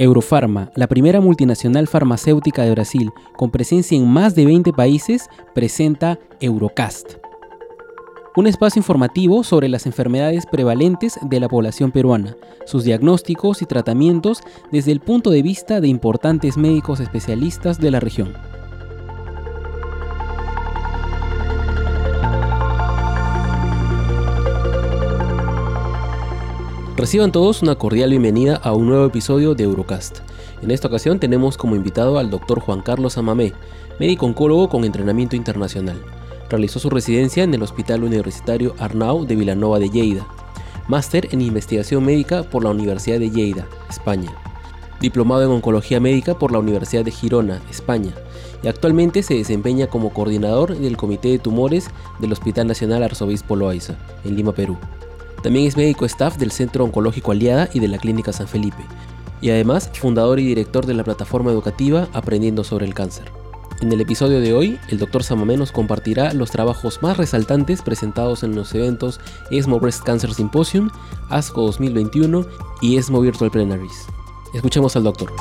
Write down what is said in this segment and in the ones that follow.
Eurofarma, la primera multinacional farmacéutica de Brasil, con presencia en más de 20 países, presenta Eurocast, un espacio informativo sobre las enfermedades prevalentes de la población peruana, sus diagnósticos y tratamientos desde el punto de vista de importantes médicos especialistas de la región. Reciban todos una cordial bienvenida a un nuevo episodio de Eurocast. En esta ocasión tenemos como invitado al Dr. Juan Carlos Amamé, médico oncólogo con entrenamiento internacional. Realizó su residencia en el Hospital Universitario Arnau de Vilanova de Lleida, máster en investigación médica por la Universidad de Lleida, España, diplomado en oncología médica por la Universidad de Girona, España, y actualmente se desempeña como coordinador del Comité de Tumores del Hospital Nacional Arzobispo Loaiza, en Lima, Perú. También es médico staff del Centro Oncológico Aliada y de la Clínica San Felipe, y además fundador y director de la plataforma educativa Aprendiendo sobre el Cáncer. En el episodio de hoy, el Dr. Amamé nos compartirá los trabajos más resaltantes presentados en los eventos ESMO Breast Cancer Symposium, ASCO 2021 y ESMO Virtual Plenaries. Escuchemos al doctor.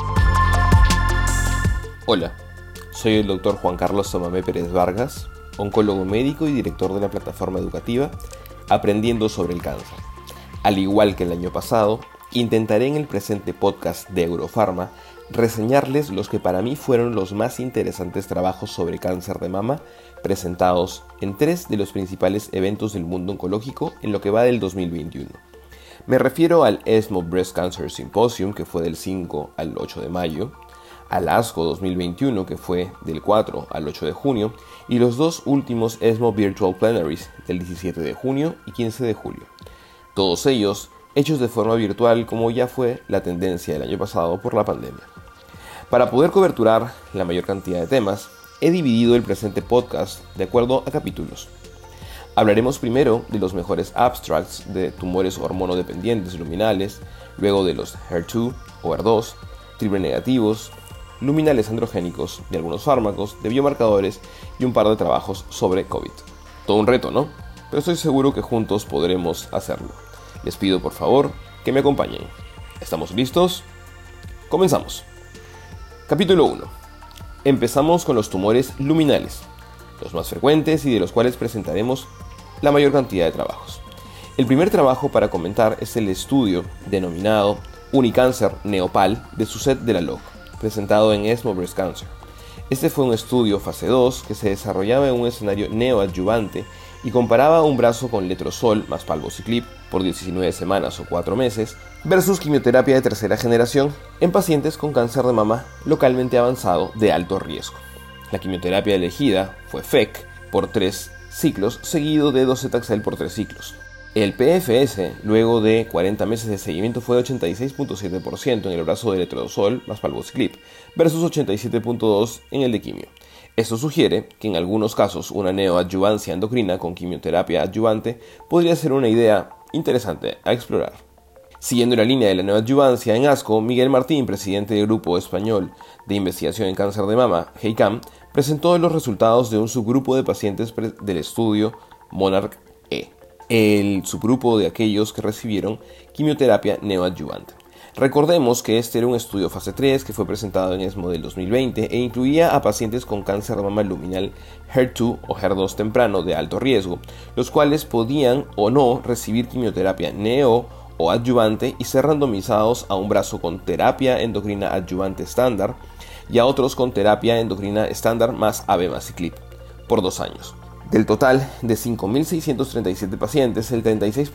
Hola, soy el Dr. Juan Carlos Amamé Pérez Vargas, oncólogo médico y director de la plataforma educativa Aprendiendo sobre el Cáncer. Al igual que el año pasado, intentaré en el presente podcast de Eurofarma reseñarles los que para mí fueron los más interesantes trabajos sobre cáncer de mama presentados en 3 de los principales eventos del mundo oncológico en lo que va del 2021. Me refiero al ESMO Breast Cancer Symposium, que fue del 5 al 8 de mayo, al ASCO 2021, que fue del 4 al 8 de junio, y los 2 últimos ESMO Virtual Plenaries, del 17 de junio y 15 de julio. Todos ellos hechos de forma virtual, como ya fue la tendencia del año pasado por la pandemia. Para poder coberturar la mayor cantidad de temas, he dividido el presente podcast de acuerdo a capítulos. Hablaremos primero de los mejores abstracts de tumores hormonodependientes luminales, luego de los HER2 o HER2, triple negativos, luminales androgénicos, de algunos fármacos, de biomarcadores y un par de trabajos sobre COVID. Todo un reto, ¿no? Pero estoy seguro que juntos podremos hacerlo. Les pido por favor que me acompañen. ¿Estamos listos? Comenzamos. Capítulo 1. Empezamos con los tumores luminales, los más frecuentes y de los cuales presentaremos la mayor cantidad de trabajos. El primer trabajo para comentar es el estudio denominado Unicancer Neopal de Suzette de la Log, presentado en ESMO Breast Cancer. Este fue un estudio fase 2 que se desarrollaba en un escenario neoadyuvante y comparaba un brazo con letrozol más palbociclib por 19 semanas o 4 meses versus quimioterapia de tercera generación en pacientes con cáncer de mama localmente avanzado de alto riesgo. La quimioterapia elegida fue FEC por 3 ciclos seguido de docetaxel por 3 ciclos. El PFS, luego de 40 meses de seguimiento, fue de 86.7% en el brazo de letrozol más palbociclib versus 87.2% en el de quimio. Esto sugiere que en algunos casos una neoadyuvancia endocrina con quimioterapia adyuvante podría ser una idea interesante a explorar. Siguiendo la línea de la neoadyuvancia en ASCO, Miguel Martín, presidente del Grupo Español de Investigación en Cáncer de Mama, GEICAM, presentó los resultados de un subgrupo de pacientes del estudio MONARCH-E, el subgrupo de aquellos que recibieron quimioterapia neoadyuvante. Recordemos que este era un estudio fase 3 que fue presentado en ESMO del 2020 e incluía a pacientes con cáncer de mama luminal HER2 o HER2 temprano de alto riesgo, los cuales podían o no recibir quimioterapia neo o adyuvante y ser randomizados a un brazo con terapia endocrina adyuvante estándar y a otros con terapia endocrina estándar más abemaciclib por 2 años. Del total de 5.637 pacientes, el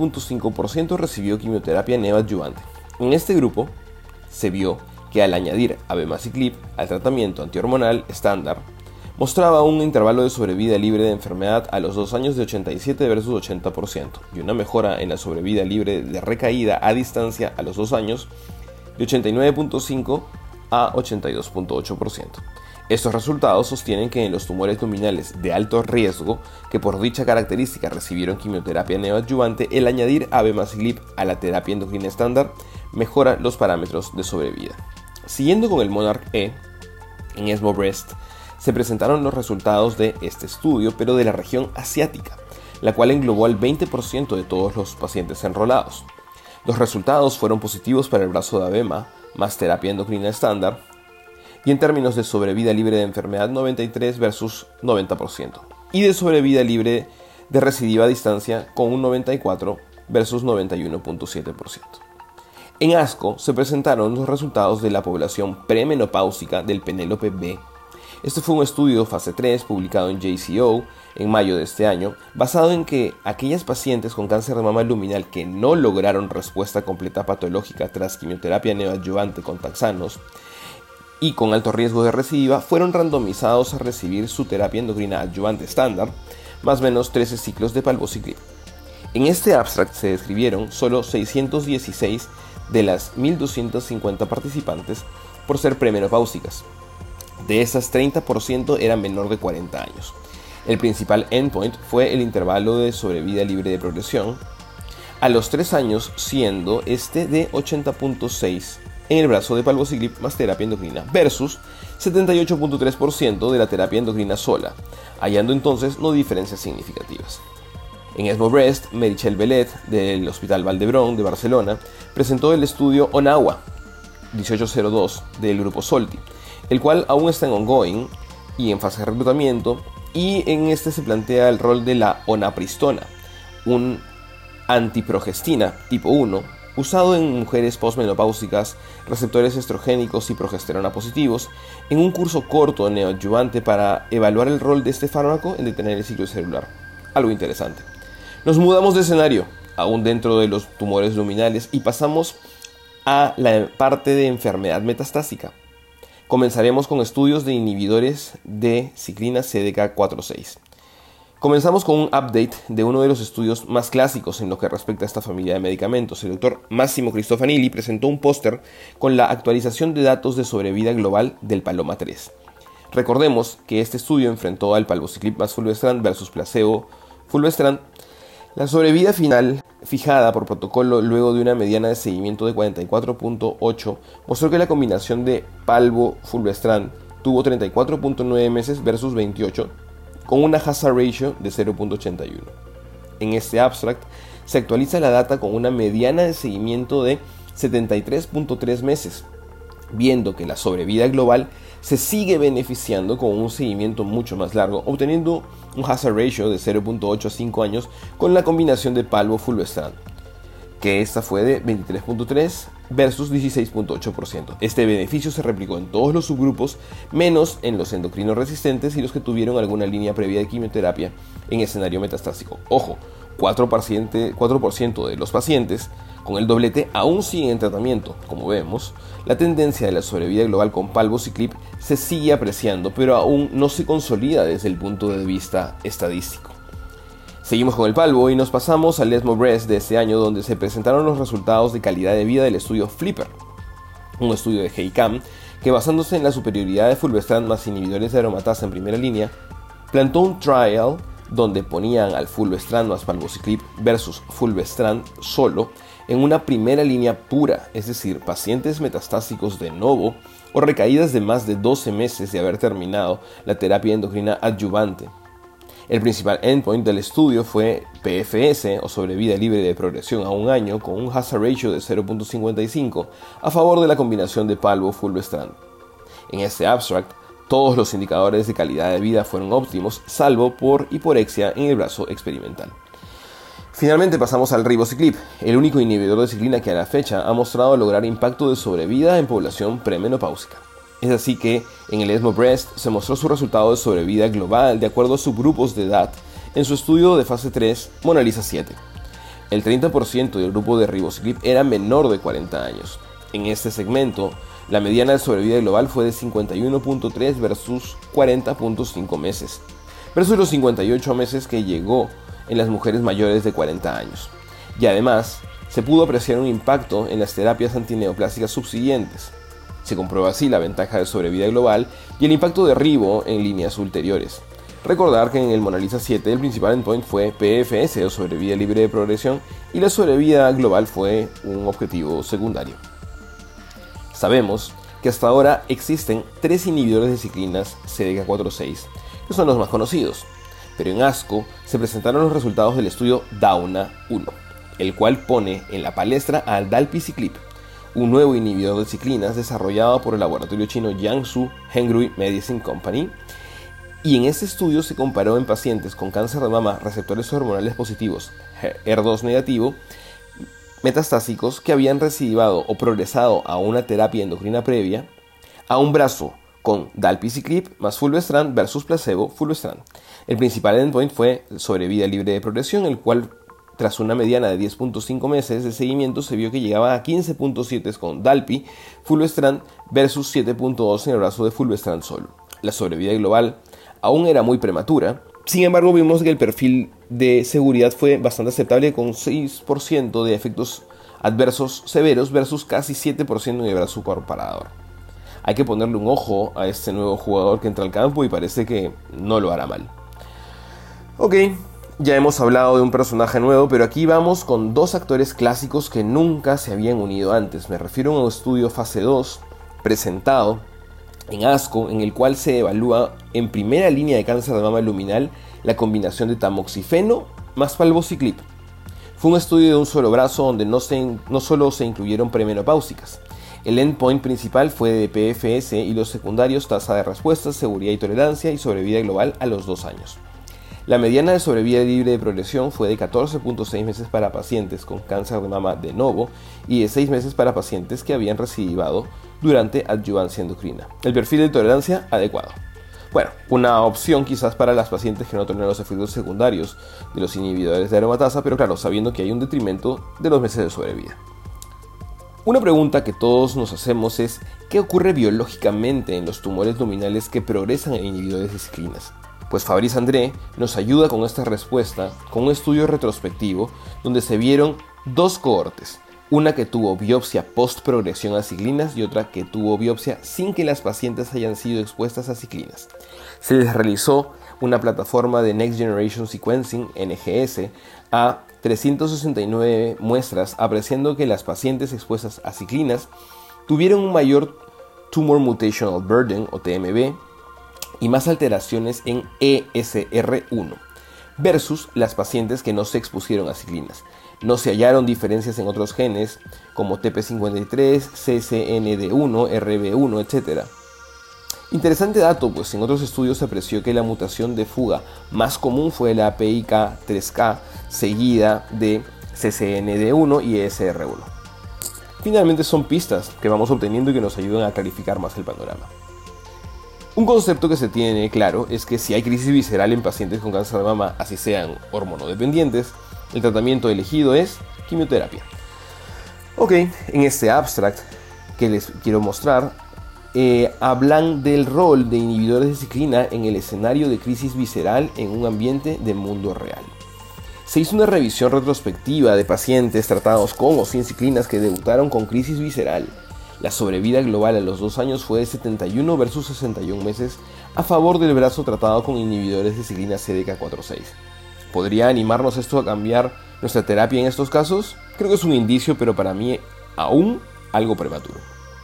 36.5% recibió quimioterapia neoadyuvante. En este grupo se vio que al añadir abemaciclib al tratamiento antihormonal estándar, mostraba un intervalo de sobrevida libre de enfermedad a los 2 años de 87 versus 80% y una mejora en la sobrevida libre de recaída a distancia a los 2 años de 89.5 a 82.8%. Estos resultados sostienen que en los tumores luminales de alto riesgo, que por dicha característica recibieron quimioterapia neoadyuvante, el añadir abemaciclib a la terapia endocrina estándar mejora los parámetros de sobrevida. Siguiendo con el MONARCH-E, en ESMO Breast se presentaron los resultados de este estudio, pero de la región asiática, la cual englobó al 20% de todos los pacientes enrolados. Los resultados fueron positivos para el brazo de abema más terapia endocrina estándar, y en términos de sobrevida libre de enfermedad 93 versus 90%, y de sobrevida libre de recidiva a distancia con un 94 versus 91.7%. En ASCO se presentaron los resultados de la población premenopáusica del Penélope B. Este fue un estudio fase 3 publicado en JCO en mayo de este año, basado en que aquellas pacientes con cáncer de mama luminal que no lograron respuesta completa patológica tras quimioterapia neoadyuvante con taxanos y con alto riesgo de recidiva fueron randomizados a recibir su terapia endocrina adyuvante estándar, más o menos 13 ciclos de palbociclib. En este abstract se describieron solo 616 de las 1.250 participantes por ser premenopáusicas. De esas, 30% eran menor de 40 años. El principal endpoint fue el intervalo de sobrevida libre de progresión a los 3 años, siendo este de 80.6 en el brazo de palbociclib más terapia endocrina versus 78.3% de la terapia endocrina sola, hallando entonces no diferencias significativas. En ESMO Breast, Meritxell Bellet, del Hospital Vall d'Hebron de Barcelona, presentó el estudio ONAWA 1802 del grupo SOLTI, el cual aún está en ongoing y en fase de reclutamiento, y en este se plantea el rol de la onapristona, un antiprogestina tipo 1, usado en mujeres postmenopáusicas, receptores estrogénicos y progesterona positivos, en un curso corto neoadyuvante para evaluar el rol de este fármaco en detener el ciclo celular. Algo interesante. Nos mudamos de escenario, aún dentro de los tumores luminales, y pasamos a la parte de enfermedad metastásica. Comenzaremos con estudios de inhibidores de ciclina CDK4/6. Comenzamos con un update de uno de los estudios más clásicos en lo que respecta a esta familia de medicamentos. El doctor Massimo Cristofanilli presentó un póster con la actualización de datos de sobrevida global del Paloma 3. Recordemos que este estudio enfrentó al palbociclib más fulvestrant versus placebo fulvestrant. La sobrevida final, fijada por protocolo luego de una mediana de seguimiento de 44.8, mostró que la combinación de palbo-fulvestrant tuvo 34.9 meses versus 28, con una hazard ratio de 0.81. En este abstract se actualiza la data con una mediana de seguimiento de 73.3 meses, viendo que la sobrevida global se sigue beneficiando con un seguimiento mucho más largo, obteniendo un hazard ratio de 0.8 a 5 años con la combinación de palbo-fulvestrant, que esta fue de 23.3 versus 16.8%. Este beneficio se replicó en todos los subgrupos, menos en los endocrinos resistentes y los que tuvieron alguna línea previa de quimioterapia en escenario metastásico. Ojo, 4% de los pacientes con el doblete aún siguen en tratamiento. Como vemos, la tendencia de la sobrevida global con palbociclib se sigue apreciando, pero aún no se consolida desde el punto de vista estadístico. Seguimos con el palbo y nos pasamos al ESMO Breast de este año, donde se presentaron los resultados de calidad de vida del estudio FLIPPER, un estudio de GEICAM que, basándose en la superioridad de fulvestrant más inhibidores de aromatasa en primera línea, plantó un trial donde ponían al fulvestrant más palbociclib versus fulvestrant solo en una primera línea pura, es decir, pacientes metastásicos de novo o recaídas de más de 12 meses de haber terminado la terapia endocrina adyuvante. El principal endpoint del estudio fue PFS o sobrevida libre de progresión a un año con un hazard ratio de 0.55 a favor de la combinación de palbo-fulvestrant. En este abstract, todos los indicadores de calidad de vida fueron óptimos, salvo por hiporexia en el brazo experimental. Finalmente pasamos al ribociclib, el único inhibidor de ciclina que a la fecha ha mostrado lograr impacto de sobrevida en población premenopáusica. Es así que en el ESMO Breast se mostró su resultado de sobrevida global de acuerdo a subgrupos de edad en su estudio de fase 3 MONALISA 7. El 30% del grupo de ribociclib era menor de 40 años. En este segmento, la mediana de sobrevida global fue de 51.3 versus 40.5 meses, versus los 58 meses que llegó en las mujeres mayores de 40 años. Y además, se pudo apreciar un impacto en las terapias antineoplásicas subsiguientes. Se comprueba así la ventaja de sobrevida global y el impacto de ribo en líneas ulteriores. Recordar que en el MONALISA 7 el principal endpoint fue PFS o sobrevida libre de progresión y la sobrevida global fue un objetivo secundario. Sabemos que hasta ahora existen 3 inhibidores de ciclinas CDK4/6, que son los más conocidos, pero en ASCO se presentaron los resultados del estudio DAUNA 1, el cual pone en la palestra al dalpiciclib, un nuevo inhibidor de ciclinas desarrollado por el laboratorio chino Jiangsu Hengrui Medicine Company. Y en este estudio se comparó en pacientes con cáncer de mama, receptores hormonales positivos, HER2 negativo, metastásicos que habían recidivado o progresado a una terapia endocrina previa, a un brazo con dalpiciclib más fulvestrant versus placebo fulvestrant. El principal endpoint fue sobrevida libre de progresión, el cual tras una mediana de 10.5 meses de seguimiento se vio que llegaba a 15.7 con dalpi fulvestrant versus 7.2 en el brazo de fulvestrant solo. La sobrevida global aún era muy prematura. Sin embargo, vimos que el perfil de seguridad fue bastante aceptable, con 6% de efectos adversos severos versus casi 7% en el brazo comparador. Hay que ponerle un ojo a este nuevo jugador que entra al campo y parece que no lo hará mal. Ok, ya hemos hablado de un personaje nuevo, pero aquí vamos con dos actores clásicos que nunca se habían unido antes. Me refiero a un estudio fase 2 presentado en ASCO, en el cual se evalúa en primera línea de cáncer de mama luminal la combinación de tamoxifeno más palbociclib. Fue un estudio de un solo brazo donde no solo se incluyeron premenopáusicas. El endpoint principal fue de PFS y los secundarios tasa de respuesta, seguridad y tolerancia y sobrevida global a los 2 años. La mediana de sobrevida libre de progresión fue de 14.6 meses para pacientes con cáncer de mama de novo y de 6 meses para pacientes que habían recidivado durante adyuvancia endocrina. El perfil de tolerancia adecuado. Bueno, una opción quizás para las pacientes que no toleran los efectos secundarios de los inhibidores de aromatasa, pero claro, sabiendo que hay un detrimento de los meses de sobrevida. Una pregunta que todos nos hacemos es: ¿qué ocurre biológicamente en los tumores luminales que progresan en inhibidores de ciclinas? Pues Fabrice André nos ayuda con esta respuesta con un estudio retrospectivo donde se vieron 2 cohortes, una que tuvo biopsia post-progresión a ciclinas y otra que tuvo biopsia sin que las pacientes hayan sido expuestas a ciclinas. Se les realizó una plataforma de Next Generation Sequencing, NGS, a 369 muestras, apreciando que las pacientes expuestas a ciclinas tuvieron un mayor Tumor Mutational Burden, o TMB, y más alteraciones en ESR1 versus las pacientes que no se expusieron a ciclinas. No se hallaron diferencias en otros genes como TP53, CCND1, RB1, etc. Interesante dato, pues en otros estudios se apreció que la mutación de fuga más común fue la PIK3K seguida de CCND1 y ESR1. Finalmente son pistas que vamos obteniendo y que nos ayudan a clarificar más el panorama. Un concepto que se tiene claro es que si hay crisis visceral en pacientes con cáncer de mama, así sean hormonodependientes, el tratamiento elegido es quimioterapia. Ok, en este abstract que les quiero mostrar, hablan del rol de inhibidores de ciclina en el escenario de crisis visceral en un ambiente de mundo real. Se hizo una revisión retrospectiva de pacientes tratados con o sin ciclinas que debutaron con crisis visceral. La sobrevida global a los 2 años fue de 71 versus 61 meses a favor del brazo tratado con inhibidores de ciclina CDK4/6. ¿Podría animarnos esto a cambiar nuestra terapia en estos casos? Creo que es un indicio, pero para mí aún algo prematuro.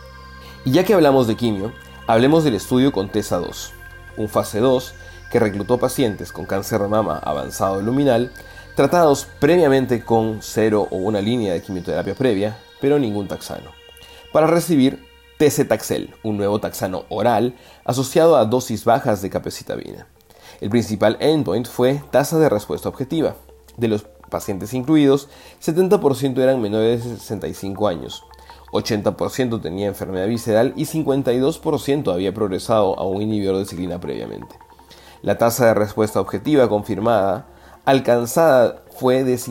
Y ya que hablamos de quimio, hablemos del estudio con TESA-2, un fase 2 que reclutó pacientes con cáncer de mama avanzado luminal, tratados previamente con 0 o 1 línea de quimioterapia previa, pero ningún taxano, para recibir TC-Taxel, un nuevo taxano oral asociado a dosis bajas de capecitabina. El principal endpoint fue tasa de respuesta objetiva. De los pacientes incluidos, 70% eran menores de 65 años, 80% tenía enfermedad visceral y 52% había progresado a un inhibidor de ciclina previamente. La tasa de respuesta objetiva confirmada alcanzada fue de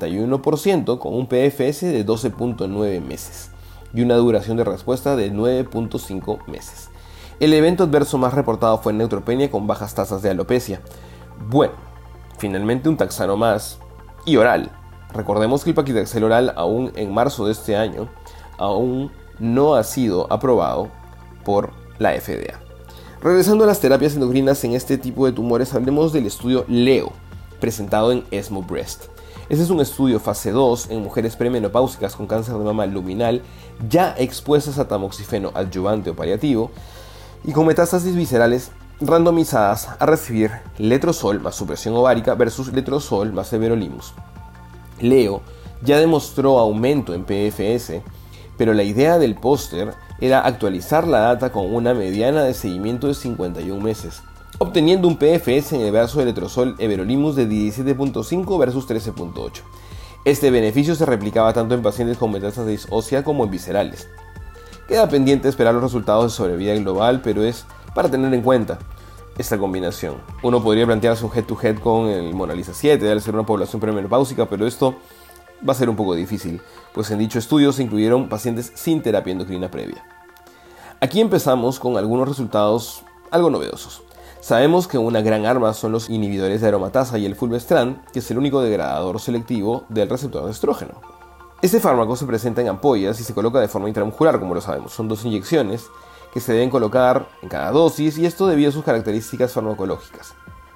51% con un PFS de 12.9 meses y una duración de respuesta de 9.5 meses. El evento adverso más reportado fue neutropenia con bajas tasas de alopecia. Bueno, finalmente un taxano más y oral. Recordemos que el paclitaxel oral aún en marzo de este año aún no ha sido aprobado por la FDA. Regresando a las terapias endocrinas en este tipo de tumores, hablemos del estudio LEO, presentado en ESMO Breast. Este es un estudio fase 2 en mujeres premenopáusicas con cáncer de mama luminal ya expuestas a tamoxifeno adyuvante o paliativo y con metástasis viscerales randomizadas a recibir letrozol más supresión ovárica versus letrozol más everolimus. LEO ya demostró aumento en PFS, pero la idea del póster era actualizar la data con una mediana de seguimiento de 51 meses, obteniendo un PFS en el brazo de letrozol everolimus de 17.5 versus 13.8. Este beneficio se replicaba tanto en pacientes con metástasis ósea como en viscerales. Queda pendiente esperar los resultados de sobrevida global, pero es para tener en cuenta esta combinación. Uno podría plantearse un head-to-head con el MONALEESA 7 al ser una población premenopáusica, pero esto va a ser un poco difícil, pues en dicho estudio se incluyeron pacientes sin terapia endocrina previa. Aquí empezamos con algunos resultados algo novedosos. Sabemos que una gran arma son los inhibidores de aromatasa y el fulvestrant, que es el único degradador selectivo del receptor de estrógeno. Este fármaco se presenta en ampollas y se coloca de forma intramuscular, como lo sabemos. Son 2 inyecciones que se deben colocar en cada dosis, y esto debido a sus características farmacológicas.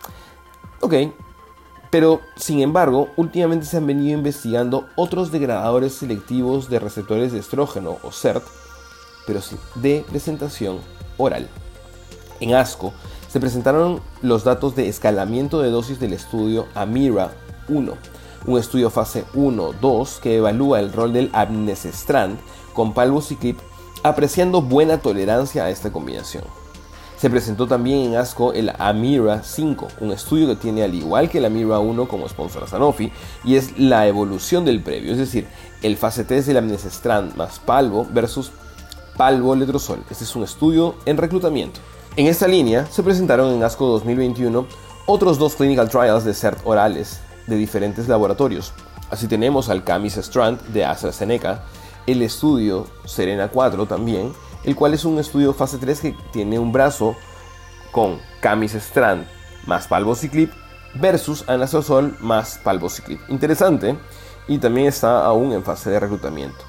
Pero sin embargo, últimamente se han venido investigando otros degradadores selectivos de receptores de estrógeno o SERT, pero de presentación oral. En ASCO se presentaron los datos de escalamiento de dosis del estudio AMIRA-1, un estudio fase 1-2 que evalúa el rol del amnesestrant con palbociclib, apreciando buena tolerancia a esta combinación. Se presentó también en ASCO el AMIRA-5, un estudio que tiene, al igual que el AMIRA-1 como sponsor a Sanofi, y es la evolución del previo, es decir, el fase 3 del amnesestrant más palbo versus palbo-letrozol. Este es un estudio en reclutamiento. En esta línea se presentaron en ASCO 2021 otros 2 clinical trials de SERT orales de diferentes laboratorios. Así tenemos al Camizestrant de AstraZeneca, el estudio Serena 4 también, el cual es un estudio fase 3 que tiene un brazo con Camizestrant más palbociclib versus anastrozol más palbociclib. Interesante, y también está aún en fase de reclutamiento.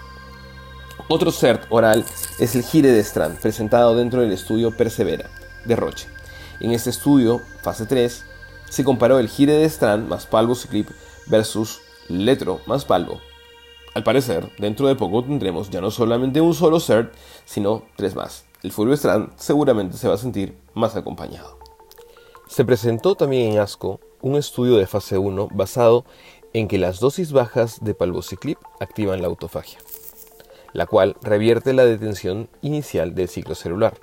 Otro SERT oral es el Giredestrant, presentado dentro del estudio Persevera de Roche. En este estudio, fase 3, se comparó el Giredestrant más palbociclib versus letro más palbo. Al parecer, dentro de poco tendremos ya no solamente un solo SERT, sino 3 más. El fulvestrant seguramente se va a sentir más acompañado. Se presentó también en ASCO un estudio de fase 1 basado en que las dosis bajas de palbociclib activan la autofagia, la cual revierte la detención inicial del ciclo celular.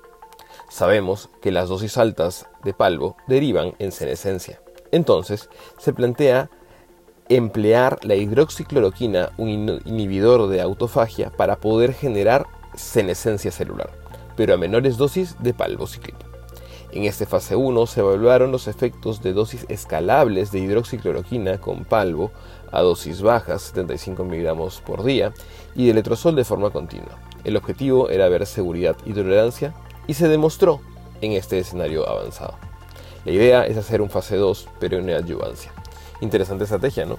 Sabemos que las dosis altas de palbo derivan en senescencia. Entonces, se plantea emplear la hidroxicloroquina, un inhibidor de autofagia, para poder generar senescencia celular, pero a menores dosis de palbociclib. En este fase 1 se evaluaron los efectos de dosis escalables de hidroxicloroquina con palbo a dosis bajas, 75 miligramos por día, y de letrozol de forma continua. El objetivo era ver seguridad y tolerancia, y se demostró en este escenario avanzado. La idea es hacer un fase 2, pero en adyuvancia. Interesante estrategia, ¿no?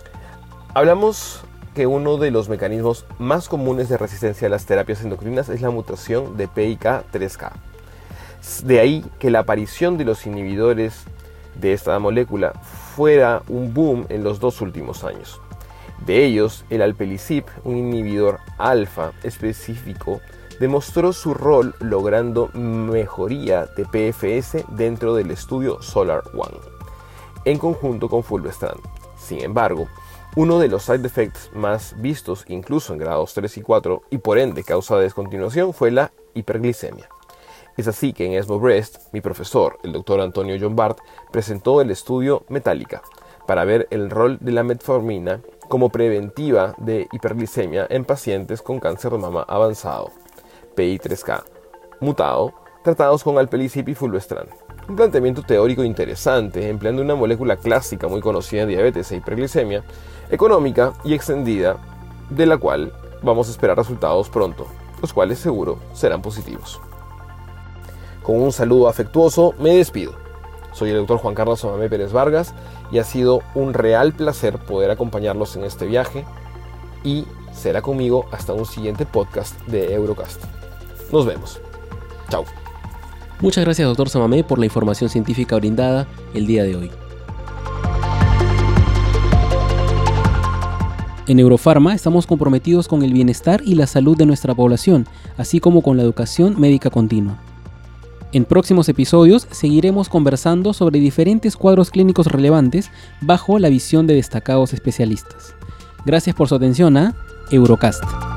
Hablamos que uno de los mecanismos más comunes de resistencia a las terapias endocrinas es la mutación de PIK3K. De ahí que la aparición de los inhibidores de esta molécula fuera un boom en los 2 últimos años. De ellos, el alpelisib, un inhibidor alfa específico, demostró su rol logrando mejoría de PFS dentro del estudio SOLAR-1, en conjunto con fulvestrant. Sin embargo, uno de los side effects más vistos, incluso en grados 3 y 4, y por ende causa de descontinuación, fue la hiperglicemia. Es así que en ESMO Breast, mi profesor, el Dr. Antonio John Bart, presentó el estudio Metallica para ver el rol de la metformina como preventiva de hiperglicemia en pacientes con cáncer de mama avanzado, PI3K mutado, tratados con alpelisib y fulvestrant. Un planteamiento teórico interesante, empleando una molécula clásica muy conocida en diabetes e hiperglicemia, económica y extendida, de la cual vamos a esperar resultados pronto, los cuales seguro serán positivos. Con un saludo afectuoso me despido. Soy el Dr. Juan Carlos Samamé Pérez Vargas y ha sido un real placer poder acompañarlos en este viaje, y será conmigo hasta un siguiente podcast de Eurocast. Nos vemos. Chao. Muchas gracias, Dr. Samamé, por la información científica brindada el día de hoy. En Eurofarma estamos comprometidos con el bienestar y la salud de nuestra población, así como con la educación médica continua. En próximos episodios seguiremos conversando sobre diferentes cuadros clínicos relevantes bajo la visión de destacados especialistas. Gracias por su atención a Eurocast.